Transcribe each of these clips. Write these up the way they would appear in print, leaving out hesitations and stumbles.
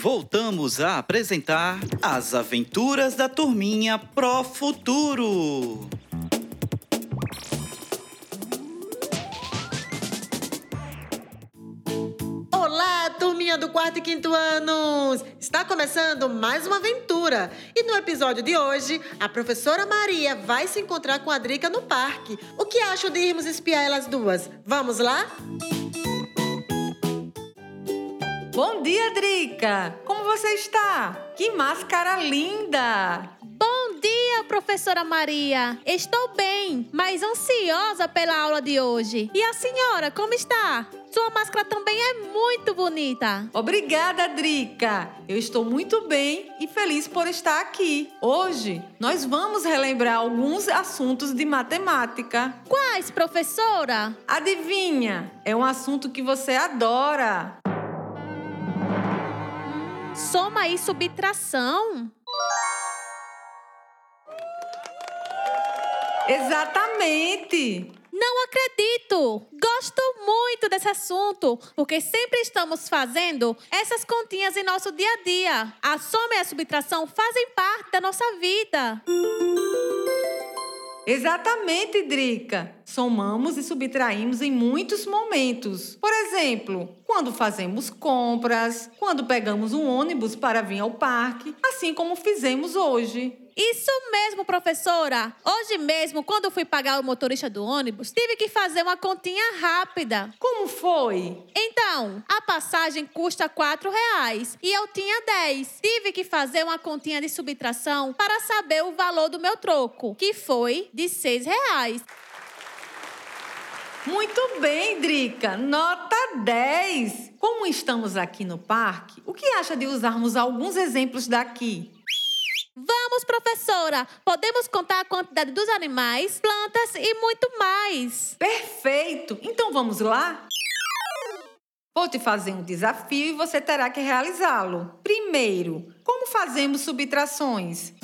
voltamos a apresentar As Aventuras da Turminha Pro Futuro. Olá, turminha do 4º e 5º anos! Está começando mais uma aventura. E no episódio de hoje, a professora Maria vai se encontrar com a Drica no parque. O que acham de irmos espiar elas duas? Vamos lá? Bom dia, Drica! Como você está? Que máscara linda! Bom dia, professora Maria! Estou bem, mas ansiosa pela aula de hoje. E a senhora, como está? Sua máscara também é muito bonita. Obrigada, Drica! Eu estou muito bem e feliz por estar aqui. Hoje, nós vamos relembrar alguns assuntos de matemática. Quais, professora? Adivinha? É um assunto que você adora. Soma e subtração? Exatamente! Não acredito! Gosto muito desse assunto, porque sempre estamos fazendo essas continhas em nosso dia a dia. A soma e a subtração fazem parte da nossa vida. Exatamente, Drica. Somamos e subtraímos em muitos momentos. Por exemplo, quando fazemos compras, quando pegamos um ônibus para vir ao parque, assim como fizemos hoje. Isso mesmo, professora. Hoje mesmo, quando fui pagar o motorista do ônibus, tive que fazer uma continha rápida. Como foi? Então, a passagem custa R$4 e eu tinha 10. Tive que fazer uma continha de subtração para saber o valor do meu troco, que foi de R$6. Muito bem, Drica. Nota 10. Como estamos aqui no parque, o que acha de usarmos alguns exemplos daqui? Vamos, professora! Podemos contar a quantidade dos animais, plantas e muito mais. Perfeito! Então vamos lá? Vou te fazer um desafio e você terá que realizá-lo. Primeiro, como fazemos subtrações?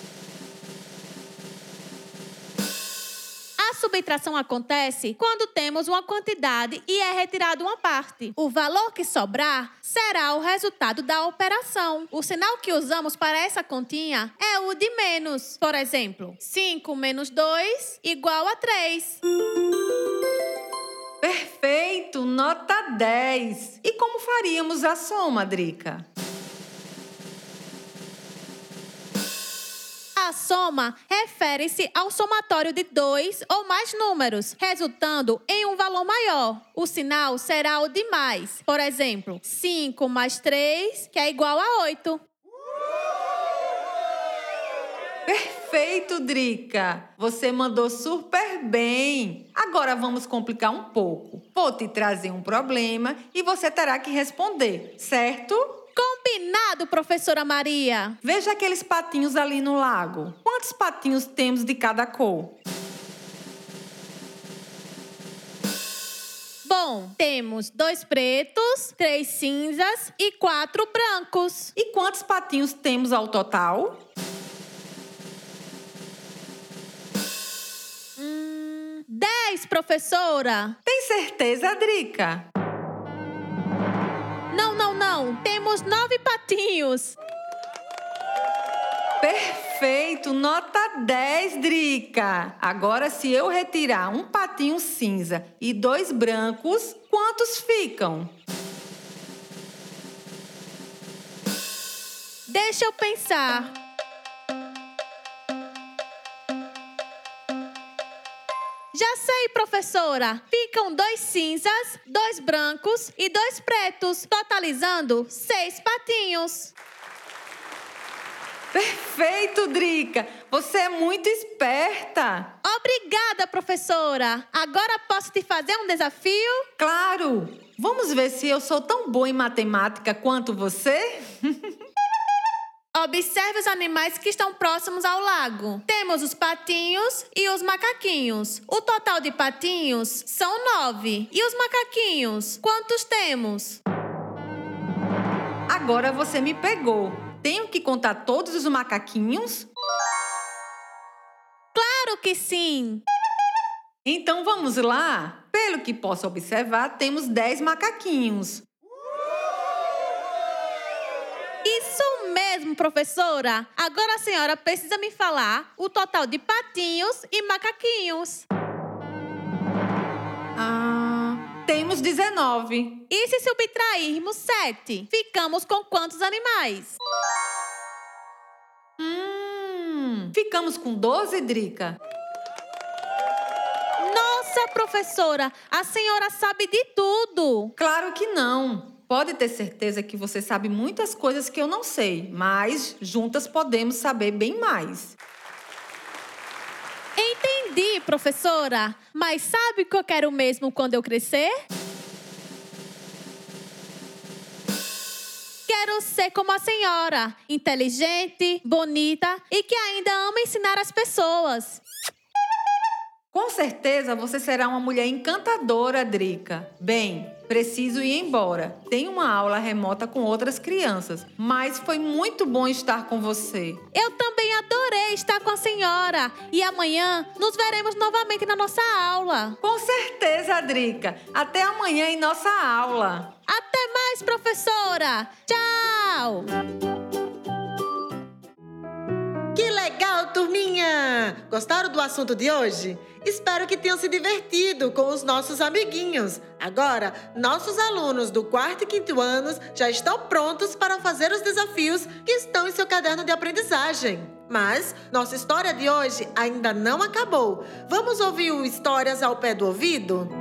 A subtração acontece quando temos uma quantidade e é retirada uma parte. O valor que sobrar será o resultado da operação. O sinal que usamos para essa continha é o de menos. Por exemplo, 5 menos 2 igual a 3. Perfeito! Nota 10. E como faríamos a soma, Drica? A soma refere-se ao somatório de 2 ou mais números, resultando em um valor maior. O sinal será o de mais. Por exemplo, 5 mais 3, que é igual a 8. Perfeito, Drica! Você mandou super bem! Agora vamos complicar um pouco. Vou te trazer um problema e você terá que responder, certo? Combinado, professora Maria! Veja aqueles patinhos ali no lago. Quantos patinhos temos de cada cor? Bom, temos 2 pretos, 3 cinzas e 4 brancos. E quantos patinhos temos ao total? 10, professora! Tem certeza, Drica? Não. Temos 9 patinhos. Perfeito! Nota 10, Drica! Agora, se eu retirar um patinho cinza e 2 brancos, quantos ficam? Deixa eu pensar. Já sei, professora. Ficam 2 cinzas, 2 brancos e 2 pretos, totalizando 6 patinhos. Perfeito, Drica! Você é muito esperta! Obrigada, professora. Agora posso te fazer um desafio? Claro! Vamos ver se eu sou tão boa em matemática quanto você? Observe os animais que estão próximos ao lago. Temos os patinhos e os macaquinhos. O total de patinhos são 9. E os macaquinhos? Quantos temos? Agora você me pegou. Tenho que contar todos os macaquinhos? Claro que sim! Então vamos lá? Pelo que posso observar, temos 10 macaquinhos. Isso mesmo, professora. Agora a senhora precisa me falar o total de patinhos e macaquinhos. Temos 19. E se subtrairmos 7? Ficamos com quantos animais? Ficamos com 12, Drica. Nossa, professora, a senhora sabe de tudo. Claro que não. Pode ter certeza que você sabe muitas coisas que eu não sei, mas juntas podemos saber bem mais. Entendi, professora. Mas sabe o que eu quero mesmo quando eu crescer? Quero ser como a senhora, inteligente, bonita e que ainda ama ensinar as pessoas. Com certeza você será uma mulher encantadora, Drica. Bem, preciso ir embora. Tenho uma aula remota com outras crianças, mas foi muito bom estar com você. Eu também adorei estar com a senhora. E amanhã nos veremos novamente na nossa aula. Com certeza, Drica. Até amanhã em nossa aula. Até mais, professora. Tchau. Que legal, turminha! Gostaram do assunto de hoje? Espero que tenham se divertido com os nossos amiguinhos. Agora, nossos alunos do 4º e 5º anos já estão prontos para fazer os desafios que estão em seu caderno de aprendizagem. Mas nossa história de hoje ainda não acabou. Vamos ouvir o Histórias ao Pé do Ouvido?